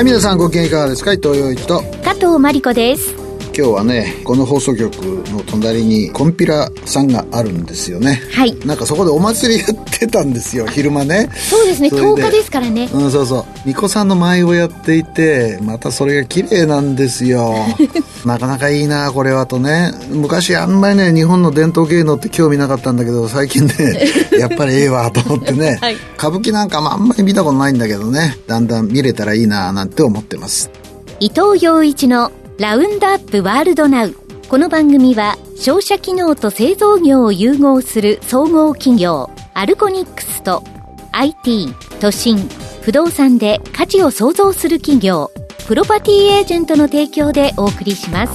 はい、皆さんご機嫌いかがですか。伊藤洋一と加藤真理子です。 今日はね、この放送局の隣にコンピラさんがあるんですよね。 はい。 なんかそこでお祭りやってたんですよ、昼間ね。 そうですね、10日ですからね。 そうそう。巫女さんの舞をやっていて、またそれが綺麗なんですよ。なかなかいいな、これはとね。昔あんまりね、日本の伝統芸能って興味なかったんだけど、最近ね、やっぱりええわと思ってね、はい、歌舞伎なんかもあんまり見たことないんだけどね、だんだん見れたらいいななんて思ってます。 伊藤洋一のラウンドアップワールドナウ。この番組は商社機能と製造業を融合する総合企業アルコニックスと IT、都心、不動産で価値を創造する企業プロパティエージェントの提供でお送りします。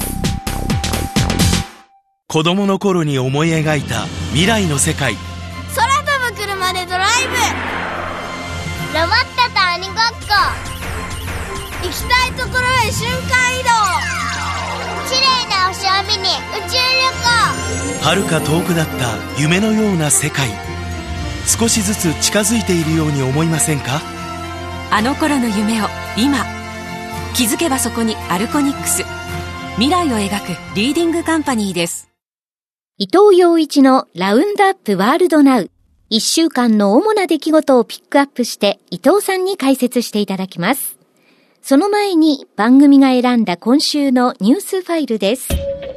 子供の頃に思い描いた未来の世界。 空飛ぶ車でドライブ。ロボットと鬼ごっこ。行きたいところへ瞬間移動。綺麗な星を見に宇宙旅行。 遥か遠くなった夢のような世界。少しずつ近づいているように思いませんか？ あの頃の夢を今。気づけばそこにアルコニックス。未来を描くリーディングカンパニーです。 伊藤洋一のラウンドアップワールドナウ。1週間の主な出来事をピックアップして伊藤さんに解説していただきます。その前に番組が選んだ今週のニュースファイルです。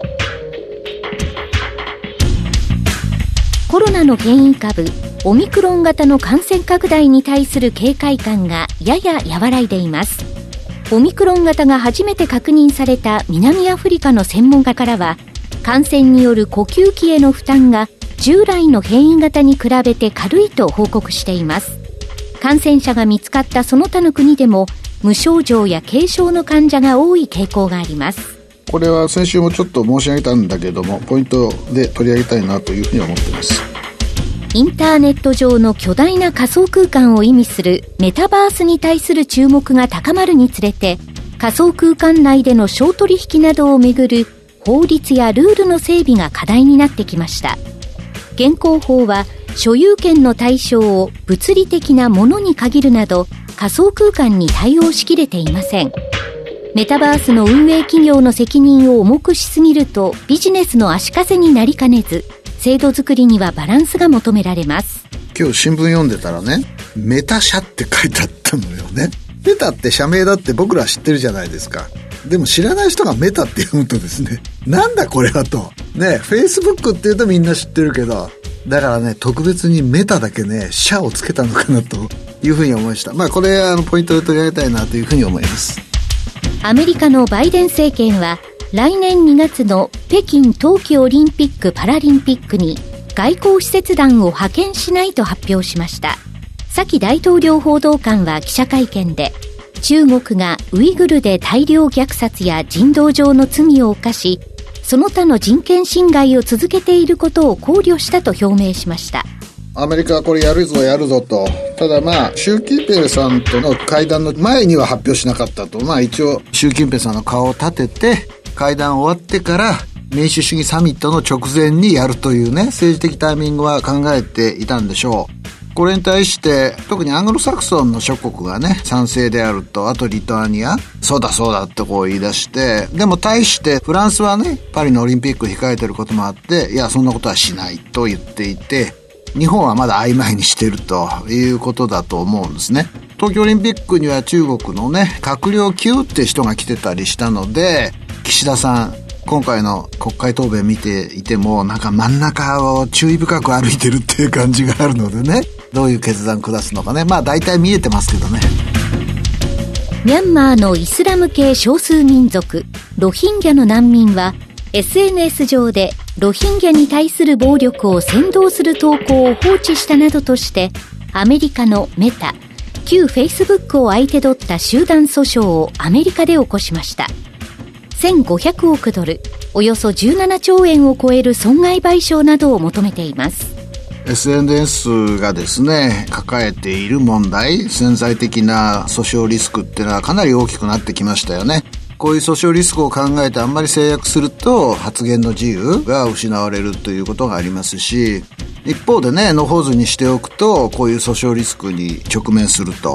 コロナの変異株オミクロン型の感染拡大に対する警戒感がやや和らいでいます。オミクロン型が初めて確認された南アフリカの専門家からは、感染による呼吸器への負担が従来の変異型に比べて軽いと報告しています。感染者が見つかったその他の国でも無症状や軽症の患者が多い傾向があります。 これは先週もちょっと申し上げたんだけども、ポイントで取り上げたいなというふうに思っています。 インターネット上の巨大な仮想空間を意味するメタバースに対する注目が高まるにつれて、仮想空間内での商取引などをめぐる法律やルールの整備が課題になってきました。現行法は所有権の対象を物理的なものに限るなど仮想空間に対応しきれていません。メタバースの運営企業の責任を重くしすぎるとビジネスの足かせになりかねず、制度作りにはバランスが求められます。 今日新聞読んでたらね、メタ社って書いてあったのよね。メタって社名だって僕ら知ってるじゃないですか。でも知らない人がメタって読むとですね、なんだこれはとね、フェイスブックって言うとみんな知ってるけど、だからね、特別にメタだけね、社をつけたのかなというふうに思いました。まあこれポイントで取り上げたいなというふうに思います。 アメリカのバイデン政権は来年2月の北京冬季オリンピック・パラリンピックに外交使節団を派遣しないと発表しました。サキ大統領報道官は記者会見で、中国がウイグルで大量虐殺や人道上の罪を犯し、その他の人権侵害を続けていることを考慮したと表明しました。 アメリカはこれやるぞと。ただ習近平さんとの会談の前には発表しなかったと。一応習近平さんの顔を立てて会談終わってから民主主義サミットの直前にやるというね、政治的タイミングは考えていたんでしょう。これに対して特にアングロサクソンの諸国がね、賛成であると、あとリトアニア、そうだってこう言い出して、でも対してフランスはね、パリのオリンピック控えてることもあって、いやそんなことはしないと言っていて、日本はまだ曖昧にしているということだと思うんですね。東京オリンピックには中国のね、閣僚級って人が来てたりしたので、岸田さん今回の国会答弁見ていても、なんか真ん中を注意深く歩いてるっていう感じがあるのでね、どういう決断下すのかね、大体見えてますけどね。 ミャンマーのイスラム系少数民族ロヒンギャの難民は SNS 上でロヒンギャに対する暴力を扇動する投稿を放置したなどとして、アメリカのメタ、旧フェイスブックを相手取った集団訴訟をアメリカで起こしました。1500億ドル、およそ17兆円を超える損害賠償などを求めています。 SNS がですね、抱えている問題、潜在的な訴訟リスクっていうのはかなり大きくなってきましたよね。こういう訴訟リスクを考えてあんまり制約すると発言の自由が失われるということがありますし、一方でね、野放図にしておくとこういう訴訟リスクに直面すると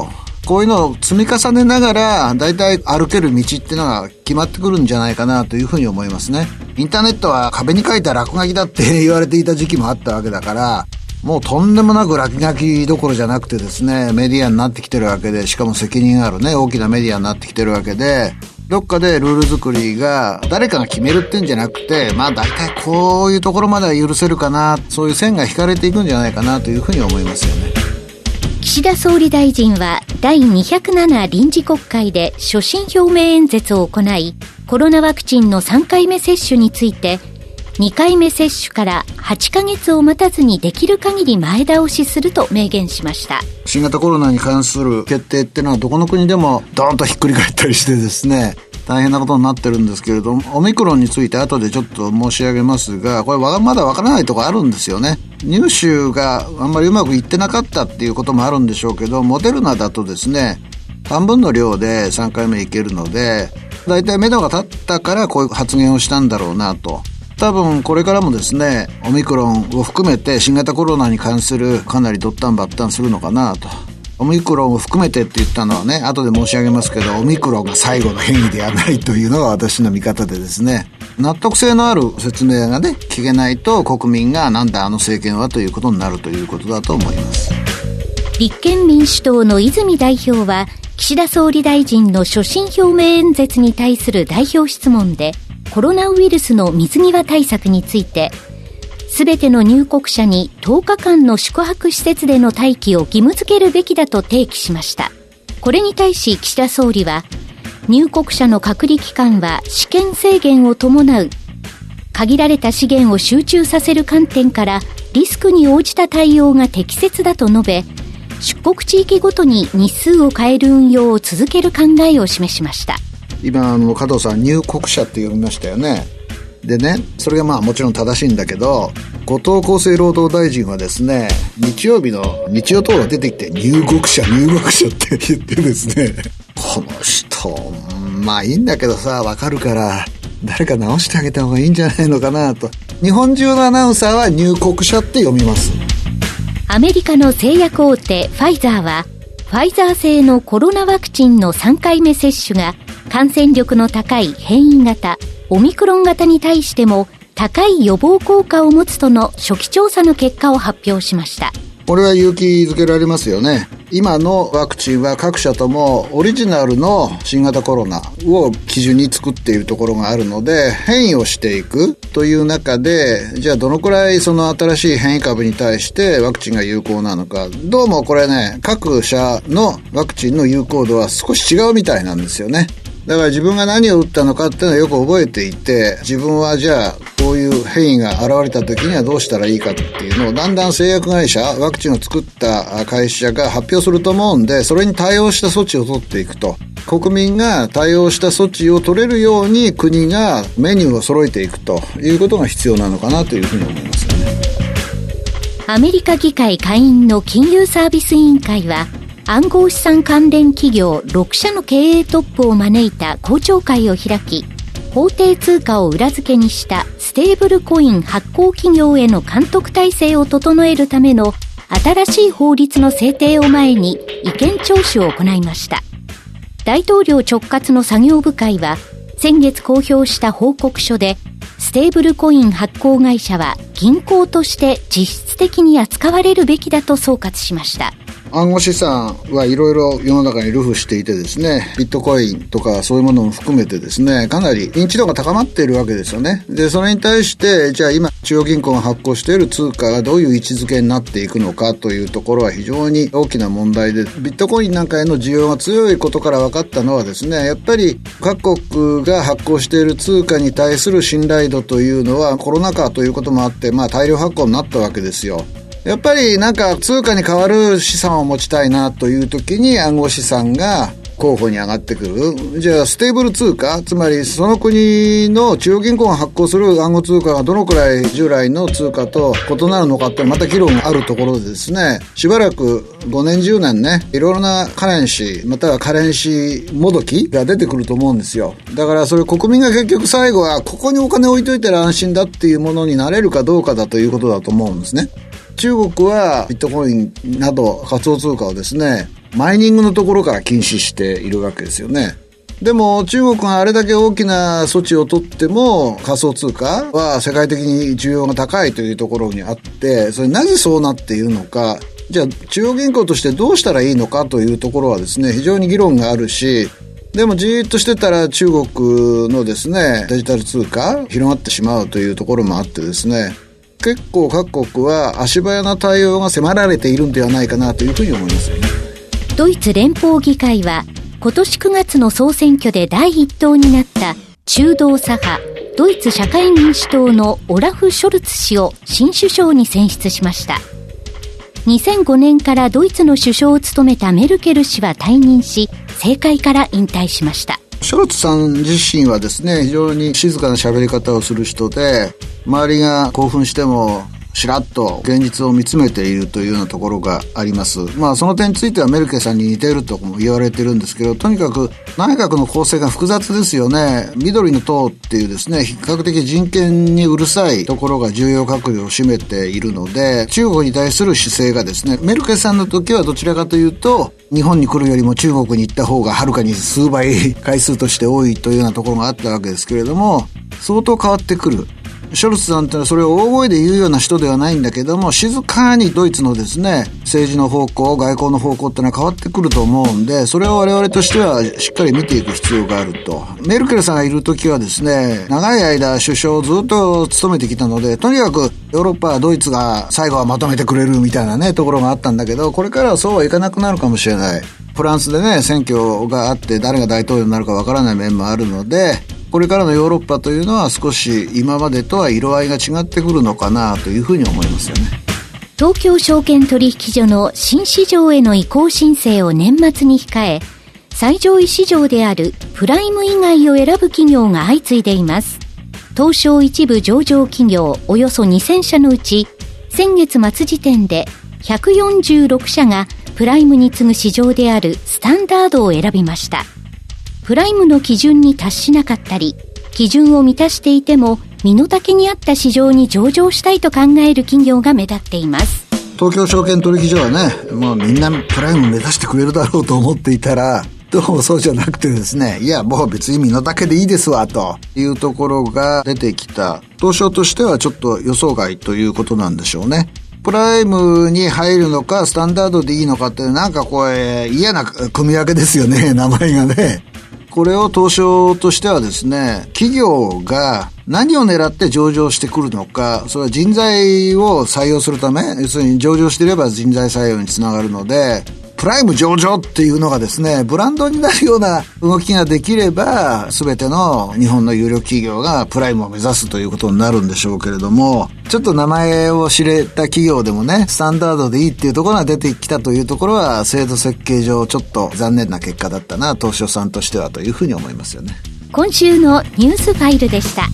こういうのを積み重ねながら、だいたい歩ける道っていうのが決まってくるんじゃないかなというふうに思いますね。インターネットは壁に書いた落書きだって言われていた時期もあったわけだから、もうとんでもなく落書きどころじゃなくてですね、メディアになってきてるわけで、しかも責任あるね、大きなメディアになってきてるわけで、どっかでルール作りが誰かが決めるってんじゃなくて、まあ大体こういうところまでは許せるかな、そういう線が引かれていくんじゃないかなというふうに思いますよね。 岸田総理大臣は第207臨時国会で所信表明演説を行い、コロナワクチンの3回目接種について、2回目接種から8ヶ月を待たずにできる限り前倒しすると明言しました。 新型コロナに関する決定っていうのはどこの国でもドーンとひっくり返ったりしてですね、大変なことになってるんですけれども、オミクロンについて後でちょっと申し上げますが、これまだわからないところあるんですよね。入手があんまりうまくいってなかったっていうこともあるんでしょうけど、モデルナだとですね、半分の量で3回目いけるので、だいたい目処が立ったからこういう発言をしたんだろうなと。多分これからもですね、オミクロンを含めて新型コロナに関するかなりドッタンバッタンするのかなと。オミクロンを含めてって言ったのはね、後で申し上げますけど、オミクロンが最後の変異ではないというのが私の見方でですね、納得性のある説明がね、聞けないと国民がなんだあの政権はということになるということだと思います。 立憲民主党の泉代表は、岸田総理大臣の所信表明演説に対する代表質問で、コロナウイルスの水際対策について、すべての入国者に10日間の宿泊施設での待機を義務付けるべきだと提起しました。これに対し岸田総理は、入国者の隔離期間は私権制限を伴う。限られた資源を集中させる観点からリスクに応じた対応が適切だと述べ、出国地域ごとに日数を変える運用を続ける考えを示しました。 今加藤さん入国者って読みましたよね。でね、それがまあもちろん正しいんだけど、後藤厚生労働大臣はですね、日曜日の日曜討論出てきて入国者って言ってですね、この人まあいいんだけどさ、わかるから誰か直してあげた方がいいんじゃないのかなと。日本中のアナウンサーは入国者って読みます。 アメリカの製薬大手ファイザーは、ファイザー製のコロナワクチンの3回目接種が感染力の高い変異型オミクロン型に対しても高い予防効果を持つとの初期調査の結果を発表しました。 これは勇気づけられますよね。今のワクチンは各社ともオリジナルの新型コロナを基準に作っているところがあるので、変異をしていくという中で、じゃあどのくらいその新しい変異株に対してワクチンが有効なのか、どうもこれね、各社のワクチンの有効度は少し違うみたいなんですよね。だから自分が何を打ったのかっていうのをよく覚えていて、自分はじゃあこういう変異が現れた時にはどうしたらいいかっていうのをだんだん製薬会社、ワクチンを作った会社が発表すると思うんで、それに対応した措置を取っていくと。国民が対応した措置を取れるように国がメニューを揃えていくということが必要なのかなというふうに思いますよね。 アメリカ議会下院の金融サービス委員会は、暗号資産関連企業6社の経営トップを招いた公聴会を開き、法定通貨を裏付けにしたステーブルコイン発行企業への監督体制を整えるための新しい法律の制定を前に意見聴取を行いました。大統領直轄の作業部会は先月公表した報告書で、ステーブルコイン発行会社は銀行として実質的に扱われるべきだと総括しました。 暗号資産はいろいろ世の中に流布していてですね、ビットコインとかそういうものも含めてですね、かなり認知度が高まっているわけですよね。で、それに対してじゃあ今中央銀行が発行している通貨がどういう位置づけになっていくのかというところは非常に大きな問題で、ビットコインなんかへの需要が強いことから分かったのはですね、やっぱり各国が発行している通貨に対する信頼度というのはコロナ禍ということもあって、大量発行になったわけですよ。やっぱりなんか通貨に代わる資産を持ちたいなという時に暗号資産が候補に上がってくる。じゃあステーブル通貨、つまりその国の中央銀行が発行する暗号通貨がどのくらい従来の通貨と異なるのかってまた議論があるところでですね、しばらく5年10年ね、いろいろなカレンシーまたはカレンシーもどきが出てくると思うんですよ。だからそれ国民が結局最後はここにお金を置いといたら安心だっていうものになれるかどうかだということだと思うんですね。中国はビットコインなど仮想通貨をですね、 マイニングのところから禁止しているわけですよね。でも中国があれだけ大きな措置を取っても仮想通貨は世界的に需要が高いというところにあって、それなぜそうなっているのか、じゃあ中央銀行としてどうしたらいいのかというところはですね、非常に議論があるし、でもじーっとしてたら中国のですね、デジタル通貨広がってしまうというところもあってですね、結構各国は足早な対応が迫られているんではないかなというふうに思いますよね。 ドイツ連邦議会は今年9月の総選挙で第一党になった中道左派ドイツ社会民主党のオラフ・ショルツ氏を新首相に選出しました。2005年からドイツの首相を務めたメルケル氏は退任し、政界から引退しました。 ショルツさん自身はですね、非常に静かな喋り方をする人で、周りが興奮してもしらっと現実を見つめているというようなところがあります。その点についてはメルケルさんに似ているとも言われてるんですけど、とにかく内閣の構成が複雑ですよね。緑の党っていうですね、比較的人権にうるさいところが重要閣僚を占めているので、中国に対する姿勢がですね、メルケルさんの時はどちらかというと、日本に来るよりも中国に行った方がはるかに数倍回数として多いというようなところがあったわけですけれども、相当変わってくる。ショルツさんというのはそれを大声で言うような人ではないんだけども、静かにドイツのですね、政治の方向、外交の方向ってのは変わってくると思うんで、それを我々としてはしっかり見ていく必要があると。メルケルさんがいる時はですね、長い間首相をずっと務めてきたので、とにかくヨーロッパはドイツが最後はまとめてくれるみたいなね、ところがあったんだけど、これからはそうはいかなくなるかもしれない。フランスでね、選挙があって誰が大統領になるかわからない面もあるので、これからのヨーロッパというのは少し今までとは色合いが違ってくるのかなというふうに思いますよね。 東京証券取引所の新市場への移行申請を年末に控え、最上位市場であるプライム以外を選ぶ企業が相次いでいます。東証一部上場企業およそ2000社のうち、先月末時点で146社がプライムに次ぐ市場であるスタンダードを選びました。プライムの基準に達しなかったり、基準を満たしていても身の丈に合った市場に上場したいと考える企業が目立っています。 東京証券取引所はね、みんなプライム目指してくれるだろうと思っていたら、どうもそうじゃなくてですね、いやもう別に身の丈でいいですわというところが出てきた。東証としてはちょっと予想外ということなんでしょうね。プライムに入るのかスタンダードでいいのかって、なんかこれ嫌な組み分けですよね、名前がね。これを東証としてはですね、企業が何を狙って上場してくるのか、それは人材を採用するため、要するに上場していれば人材採用につながるので、プライム上場っていうのがですね、ブランドになるような動きができれば、すべての日本の有力企業がプライムを目指すということになるんでしょうけれども、ちょっと名前を知れた企業でもね、スタンダードでいいっていうところが出てきたというところは、制度設計上ちょっと残念な結果だったな、東証さんとしてはというふうに思いますよね。 今週のニュースファイルでした。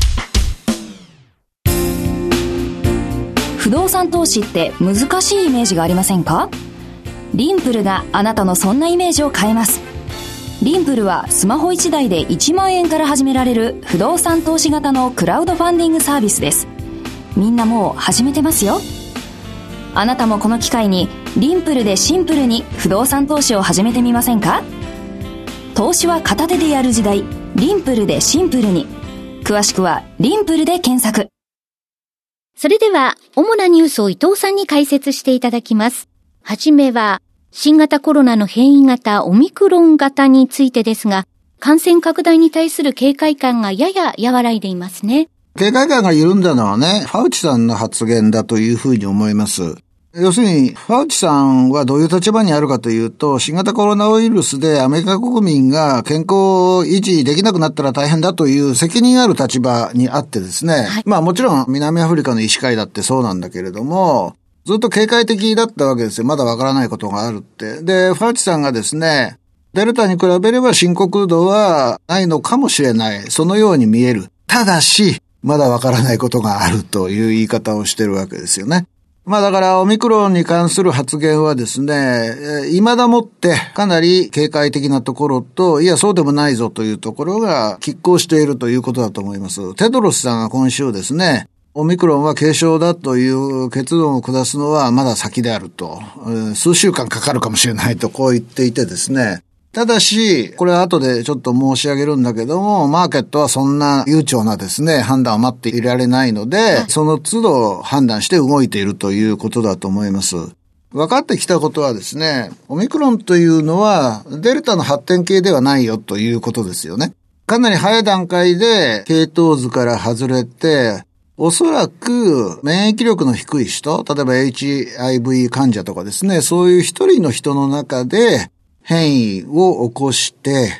不動産投資って難しいイメージがありませんか？リンプルがあなたのそんなイメージを変えます。リンプルはスマホ1台で1万円から始められる不動産投資型のクラウドファンディングサービスです。みんなもう始めてますよ。あなたもこの機会にリンプルでシンプルに不動産投資を始めてみませんか？投資は片手でやる時代、リンプルでシンプルに。詳しくはリンプルで検索。 それでは主なニュースを伊藤さんに解説していただきます。はじめは新型コロナの変異型オミクロン型についてですが、感染拡大に対する警戒感がやや和らいでいますね。 警戒感が緩んだのはね、ファウチさんの発言だというふうに思います。要するに、ファウチさんはどういう立場にあるかというと、新型コロナウイルスでアメリカ国民が健康を維持できなくなったら大変だという責任ある立場にあってですね、はい、もちろん南アフリカの医師会だってそうなんだけれども、ずっと警戒的だったわけですよ。まだわからないことがあるって。で、ファウチさんがですね、デルタに比べれば深刻度はないのかもしれない。そのように見える。ただし、まだわからないことがあるという言い方をしてるわけですよね。だからオミクロンに関する発言はですね、未だもってかなり警戒的なところと、いやそうでもないぞというところが拮抗しているということだと思います。テドロスさんが今週ですね、 オミクロンは軽症だという結論を下すのはまだ先であると、数週間かかるかもしれないとこう言っていてですね。ただし、これは後でちょっと申し上げるんだけども、マーケットはそんな悠長なですね、判断を待っていられないので、その都度判断して動いているということだと思います。分かってきたことはですね、オミクロンというのはデルタの発展系ではないよということですよね。かなり早い段階で系統図から外れて、おそらく免疫力の低い人、例えば HIV 患者とかですね、そういう一人の人の中で変異を起こして、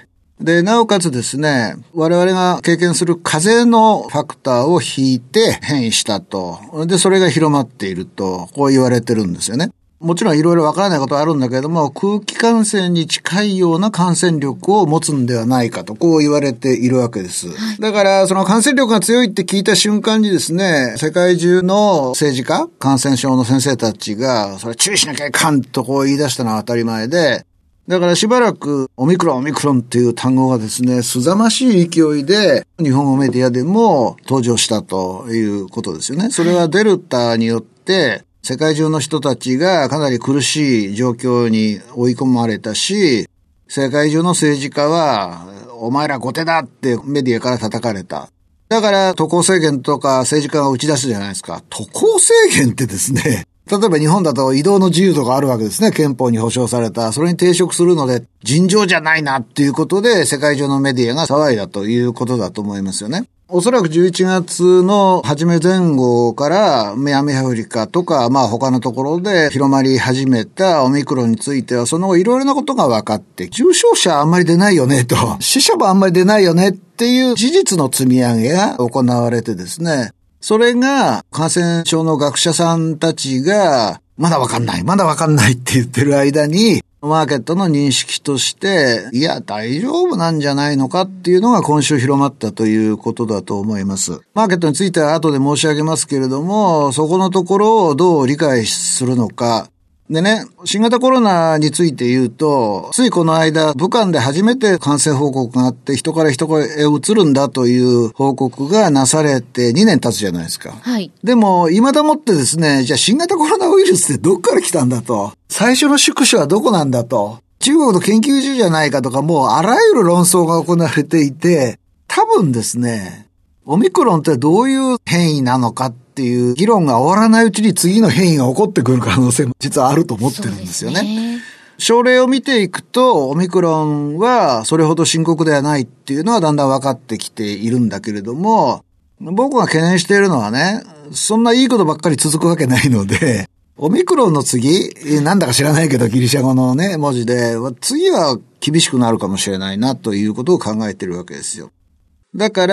で、なおかつですね、我々が経験する風邪のファクターを引いて変異したと。で、それが広まっていると、こう言われてるんですよね。もちろんいろいろわからないことはあるんだけれども、空気感染に近いような感染力を持つんではないかと、こう言われているわけです。だから、その感染力が強いって聞いた瞬間にですね、世界中の政治家、感染症の先生たちが、それ注意しなきゃいかんとこう言い出したのは当たり前で、だからしばらくオミクロンっていう単語がですね、すざましい勢いで日本語メディアでも登場したということですよね。それはデルタによって世界中の人たちがかなり苦しい状況に追い込まれたし、世界中の政治家はお前ら後手だってメディアから叩かれた。だから渡航制限とか政治家が打ち出すじゃないですか。渡航制限ってですね、例えば日本だと移動の自由とかあるわけですね。憲法に保障された。それに抵触するので尋常じゃないなっていうことで世界中のメディアが騒いだということだと思いますよね。おそらく11月の初め前後から南アフリカとか他のところで広まり始めたオミクロンについてはその後いろいろなことが分かって重症者あんまり出ないよねと死者もあんまり出ないよねっていう事実の積み上げが行われてですね、それが感染症の学者さんたちがまだわかんないって言ってる間にマーケットの認識としていや大丈夫なんじゃないのかっていうのが今週広まったということだと思います。マーケットについては後で申し上げますけれども、そこのところをどう理解するのか。でね、新型コロナについて言うと、ついこの間、武漢で初めて感染報告があって、人から人へ移るんだという報告がなされて2年経つじゃないですか。 はい。 でも、未だもってですね、じゃあ新型コロナウイルスってどっから来たんだと。最初の宿主はどこなんだと。中国の研究所じゃないかとか、もうあらゆる論争が行われていて、多分ですね、オミクロンってどういう変異なのかっていう議論が終わらないうちに次の変異が起こってくる可能性も実はあると思ってるんですよね。症例を見ていくと、オミクロンはそれほど深刻ではないっていうのはだんだん分かってきているんだけれども、僕が懸念しているのはね、そんないいことばっかり続くわけないので、オミクロンの次、なんだか知らないけどギリシャ語のね、文字で、次は厳しくなるかもしれないなということを考えているわけですよ。だから、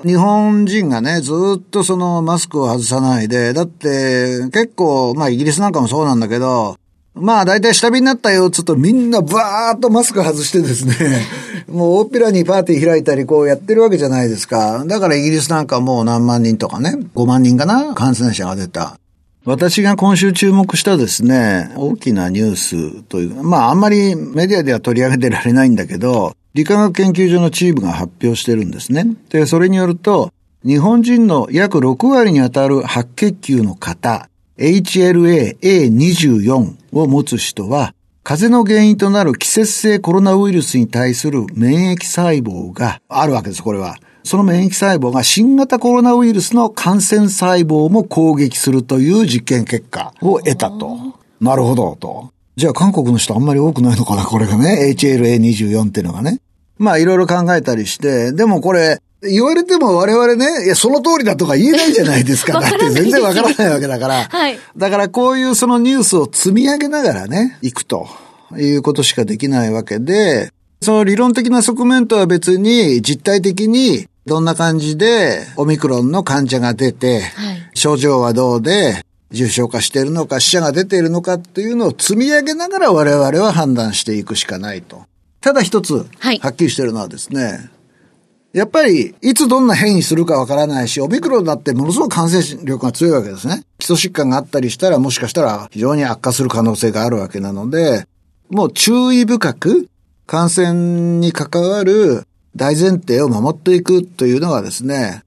日本人がね、ずっとそのマスクを外さないで、だって結構、イギリスなんかもそうなんだけど、だいたい下火になったよ、つっとみんなバーっとマスク外してですね、もう大っぴらにパーティー開いたりこうやってるわけじゃないですか。だからイギリスなんかもう何万人とかね、5万人かな、感染者が出た。私が今週注目したですね、大きなニュースという、あんまりメディアでは取り上げてられないんだけど、理化学研究所のチームが発表してるんですね。で、それによると、日本人の約6割にあたる白血球の型、HLA-A24 を持つ人は、風邪の原因となる季節性コロナウイルスに対する免疫細胞があるわけです、これは。その免疫細胞が新型コロナウイルスの感染細胞も攻撃するという実験結果を得たと。なるほど、と。じゃあ韓国の人あんまり多くないのかな、これがね。HLA24 っていうのがね。いろいろ考えたりして、でもこれ、言われても我々ね、いや、その通りだとか言えないじゃないですか。だって全然わからないわけだから。 はい。 だからこういうそのニュースを積み上げながらね、行くということしかできないわけで、その理論的な側面とは別に実体的にどんな感じでオミクロンの患者が出て、症状はどうで、重症化しているのか、死者が出ているのかっていうのを積み上げながら我々は判断していくしかないと。ただ一つ、はっきりしているのはですね、やっぱり、いつどんな変異するかわからないし、オミクロンだってものすごく感染力が強いわけですね。基礎疾患があったりしたら、もしかしたら非常に悪化する可能性があるわけなので、もう注意深く感染に関わる大前提を守っていくというのがですね、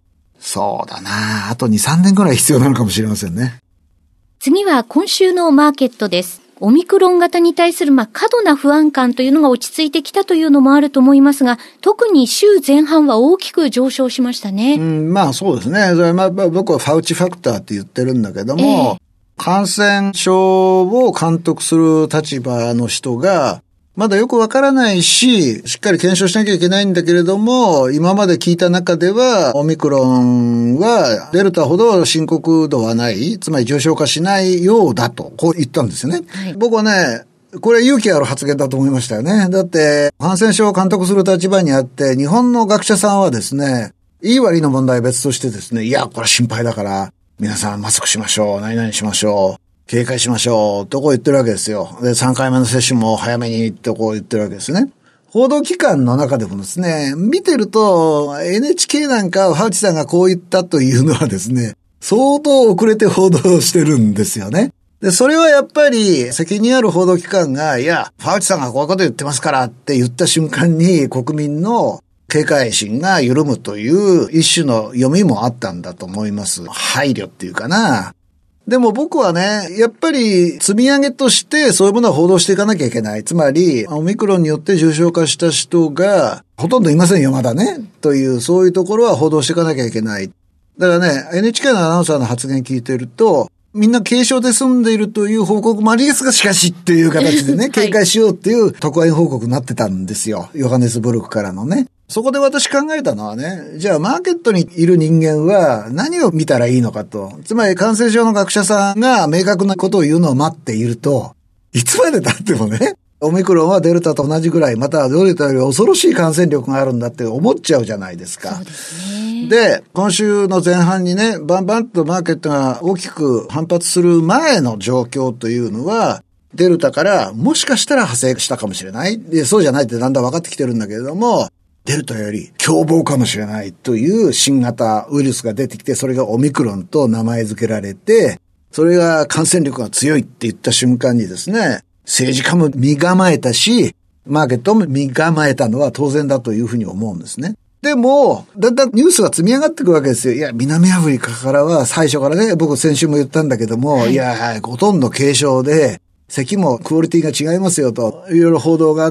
そうだな。あと2、3年ぐらい必要なのかもしれませんね。 次は今週のマーケットです。オミクロン型に対する過度な不安感というのが落ち着いてきたというのもあると思いますが、特に週前半は大きく上昇しましたね。 そうですね。それ僕はファウチファクターって言ってるんだけども、感染症を監督する立場の人が、まだよくわからないし、しっかり検証しなきゃいけないんだけれども、今まで聞いた中では、オミクロンはデルタほど深刻度はない、つまり重症化しないようだと、こう言ったんですよね。はい、僕はね、これ勇気ある発言だと思いましたよね。だって、感染症を監督する立場にあって、日本の学者さんはですね、いい悪いの問題は別としてですね、いや、これは心配だから、皆さんマスクしましょう、何々しましょう。警戒しましょうとこう言ってるわけですよ。で、3回目の接種も早めにってこう言ってるわけですね。報道機関の中でもですね、見てると NHK なんかファウチさんがこう言ったというのはですね、相当遅れて報道してるんですよね。で、それはやっぱり責任ある報道機関が、いや、ファウチさんがこういうこと言ってますからって言った瞬間に国民の警戒心が緩むという一種の読みもあったんだと思います。配慮っていうかな。でも僕はね、やっぱり積み上げとしてそういうものは報道していかなきゃいけない。つまり、オミクロンによって重症化した人がほとんどいませんよ、まだね。という、そういうところは報道していかなきゃいけない。だからね、NHK のアナウンサーの発言聞いてると、みんな軽症で済んでいるという報告もありますが、しかしっていう形でね、警戒しようっていう特派員報告になってたんですよ。ヨハネスブルクからのね。そこで私考えたのはね、じゃあマーケットにいる人間は何を見たらいいのかと。つまり感染症の学者さんが明確なことを言うのを待っていると、いつまで経ってもね、オミクロンはデルタと同じぐらい、またはデルタより恐ろしい感染力があるんだって思っちゃうじゃないですか。 そうですね。 で、今週の前半にね、バンバンとマーケットが大きく反発する前の状況というのは、デルタからもしかしたら派生したかもしれない。で、そうじゃないってだんだん分かってきてるんだけれども、デルタより凶暴かもしれないという新型ウイルスが出てきて、それがオミクロンと名前付けられて、それが感染力が強いって言った瞬間にですね、政治家も身構えたし、マーケットも身構えたのは当然だというふうに思うんですね。でも、だんだんニュースが積み上がっていくわけですよ。いや、南アフリカからは最初からね、僕先週も言ったんだけども、いや、ほとんど軽症で、咳もクオリティが違いますよと、いろいろ報道があって、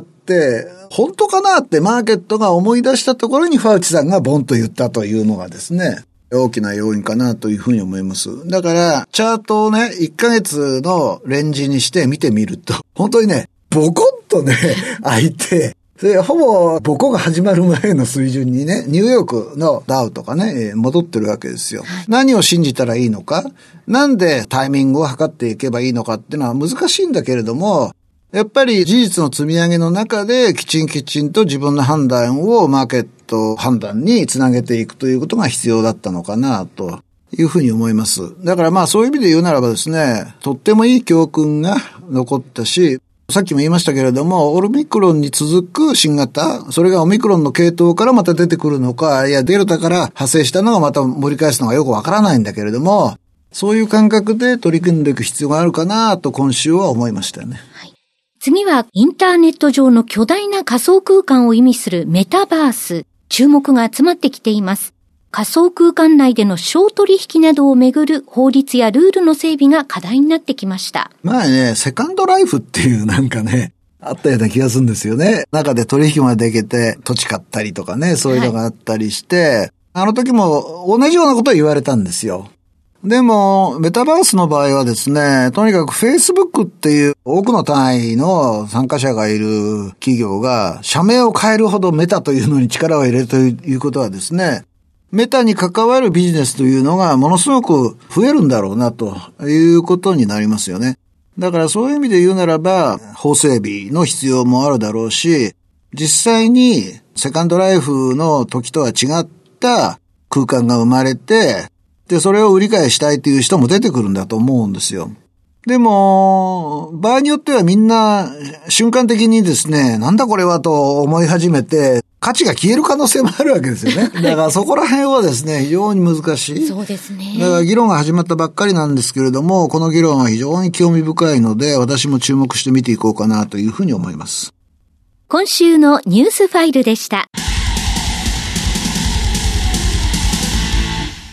本当かなってマーケットが思い出したところにファウチさんがボンと言ったというのがですね、大きな要因かなというふうに思います。だから、チャートをね、1ヶ月のレンジにして見てみると、本当にね、ボコッとね、開いて、で、ほぼボコが始まる前の水準にね、ニューヨークのダウとかね、戻ってるわけですよ。何を信じたらいいのか、なんでタイミングを測っていけばいいのかっていうのは難しいんだけれども、やっぱり事実の積み上げの中できちんと自分の判断をマーケット判断につなげていくということが必要だったのかなというふうに思います。だからそういう意味で言うならばですね、とってもいい教訓が残ったし、さっきも言いましたけれども、オミクロンに続く新型、それがオミクロンの系統からまた出てくるのか、いやデルタから派生したのがまた盛り返すのがよくわからないんだけれども、そういう感覚で取り組んでいく必要があるかなと今週は思いましたよね。 はい、次はインターネット上の巨大な仮想空間を意味するメタバース、注目が集まってきています。仮想空間内での商取引などをめぐる法律やルールの整備が課題になってきました。 前ね、セカンドライフっていうなんかね、あったような気がするんですよね。中で取引までできて土地買ったりとかね、そういうのがあったりして、あの時も同じようなことを言われたんですよ。でも、メタバースの場合はですね、とにかく Facebook っていう多くの単位の参加者がいる企業が社名を変えるほどメタというのに力を入れるということはですね、メタに関わるビジネスというのがものすごく増えるんだろうなということになりますよね。だからそういう意味で言うならば、法整備の必要もあるだろうし、実際にセカンドライフの時とは違った空間が生まれて、で、それを売り買いしたいという人も出てくるんだと思うんですよ。でも、場合によってはみんな瞬間的にですね、なんだこれはと思い始めて、価値が消える可能性もあるわけですよね。だからそこら辺はですね、非常に難しい。 そうですね。 だから議論が始まったばっかりなんですけれども、この議論は非常に興味深いので、私も注目して見ていこうかなというふうに思います。 今週のニュースファイルでした。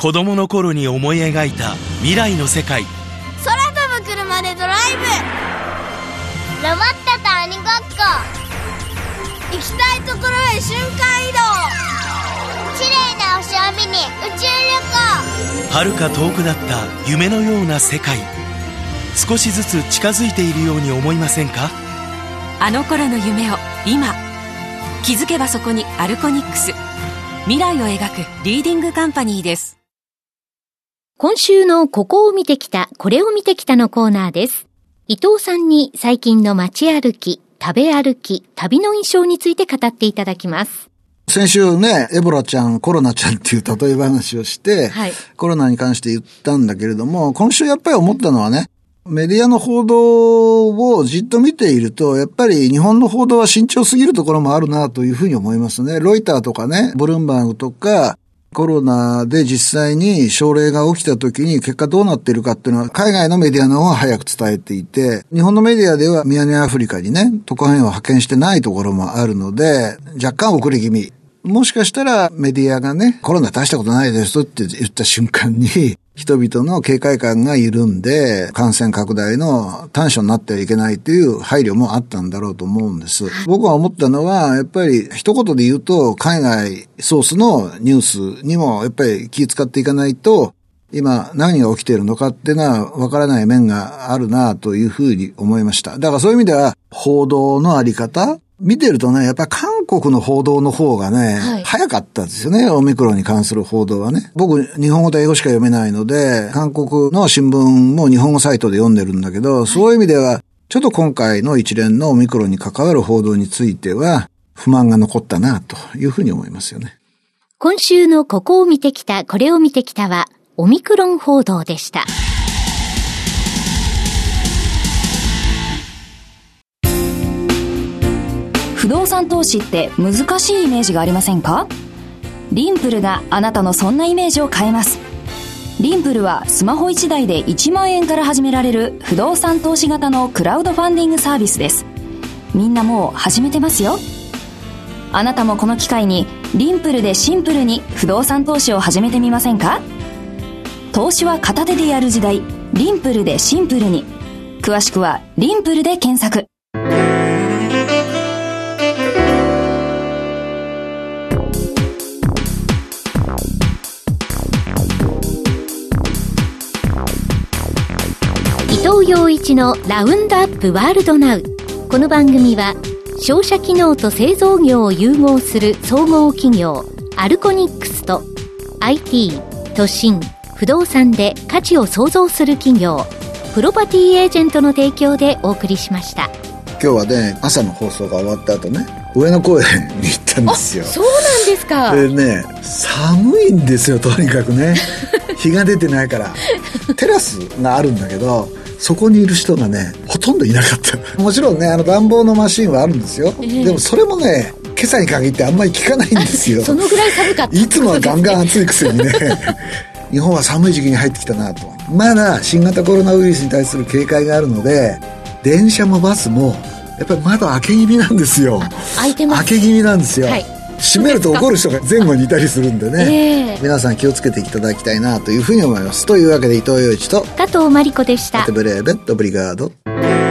子供の頃に思い描いた未来の世界。 空飛ぶ車でドライブ。ロボットと鬼ごっこ。行きたいところへ瞬間移動。綺麗な星を見に宇宙旅行。 遥か遠くだった夢のような世界、少しずつ近づいているように思いませんか？ あの頃の夢を今、気づけばそこにアルコニックス、未来を描くリーディングカンパニーです。 今週のここを見てきた、これを見てきたのコーナーです。伊藤さんに最近の街歩き、食べ歩き、旅の印象について語っていただきます。 先週ね、エボラちゃん、コロナちゃんっていう例え話をして、はい、コロナに関して言ったんだけれども、今週やっぱり思ったのはね、メディアの報道をじっと見ていると、やっぱり日本の報道は慎重すぎるところもあるなというふうに思いますね。ロイターとかね、ブルームバーグとか、コロナで実際に症例が起きた時に結果どうなっているかっていうのは海外のメディアの方が早く伝えていて、日本のメディアでは南アフリカにね、特派員を派遣してないところもあるので、若干遅れ気味。もしかしたらメディアがね、コロナ大したことないですって言った瞬間に、人々の警戒感が緩んで、感染拡大の端緒になってはいけないという配慮もあったんだろうと思うんです。僕が思ったのは、やっぱり一言で言うと、海外ソースのニュースにもやっぱり気を使っていかないと、今何が起きているのかっていうのは分からない面があるなというふうに思いました。だからそういう意味では、報道のあり方見てるとね、やっぱり韓国の報道の方がね、早かったですよね。オミクロンに関する報道はね。僕、日本語と英語しか読めないので、韓国の新聞も日本語サイトで読んでるんだけど、そういう意味では、ちょっと今回の一連のオミクロンに関わる報道については、不満が残ったなというふうに思いますよね。 今週のここを見てきた、これを見てきたは、オミクロン報道でした。 不動産投資って難しいイメージがありませんか？リンプルがあなたのそんなイメージを変えます。リンプルはスマホ1台で1万円から始められる不動産投資型のクラウドファンディングサービスです。みんなもう始めてますよ。あなたもこの機会にリンプルでシンプルに不動産投資を始めてみませんか？投資は片手でやる時代、リンプルでシンプルに。詳しくはリンプルで検索。 伊藤洋一のラウンドアップワールドナウ。この番組は商社機能と製造業を融合する総合企業アルコニックスと IT、都心、不動産で価値を創造する企業プロパティエージェントの提供でお送りしました。 今日はね、朝の放送が終わった後ね、上野公園に行ったんですよ。 そうなんですか。 でね、寒いんですよ、とにかくね。日が出てないからテラスがあるんだけど、そこにいる人がね、ほとんどいなかった。もちろんね、暖房のマシンはあるんですよ、でもそれもね、今朝に限ってあんまり効かないんですよ。 そのぐらい寒かった。 いつもはガンガン暑いくせにね。日本は寒い時期に入ってきたなと。まだ新型コロナウイルスに対する警戒があるので、電車もバスもやっぱり窓開け気味なんですよ。 開いてます。 開け気味なんですよ、はい、閉めると怒る人が前後にいたりするんでね、皆さん気をつけていただきたいなというふうに思います。というわけで、伊藤洋一と加藤真理子でした。 ブレーベットブリガード。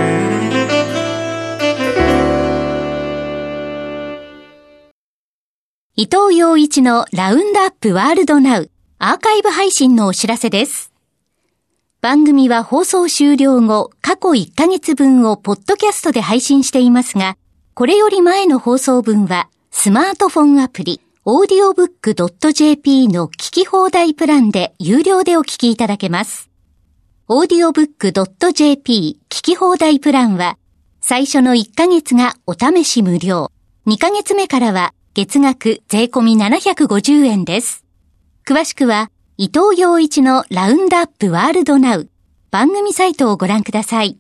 伊藤洋一のラウンドアップワールドナウアーカイブ配信のお知らせです。番組は放送終了後、過去1ヶ月分をポッドキャストで配信していますが、これより前の放送分はスマートフォンアプリaudiobook.jp の聞き放題プランで有料でお聞きいただけます。audiobook.jp 聞き放題プランは最初の1ヶ月がお試し無料、2ヶ月目からは月額税込み750円です。詳しくは伊藤洋一のラウンドアップワールドナウ番組サイトをご覧ください。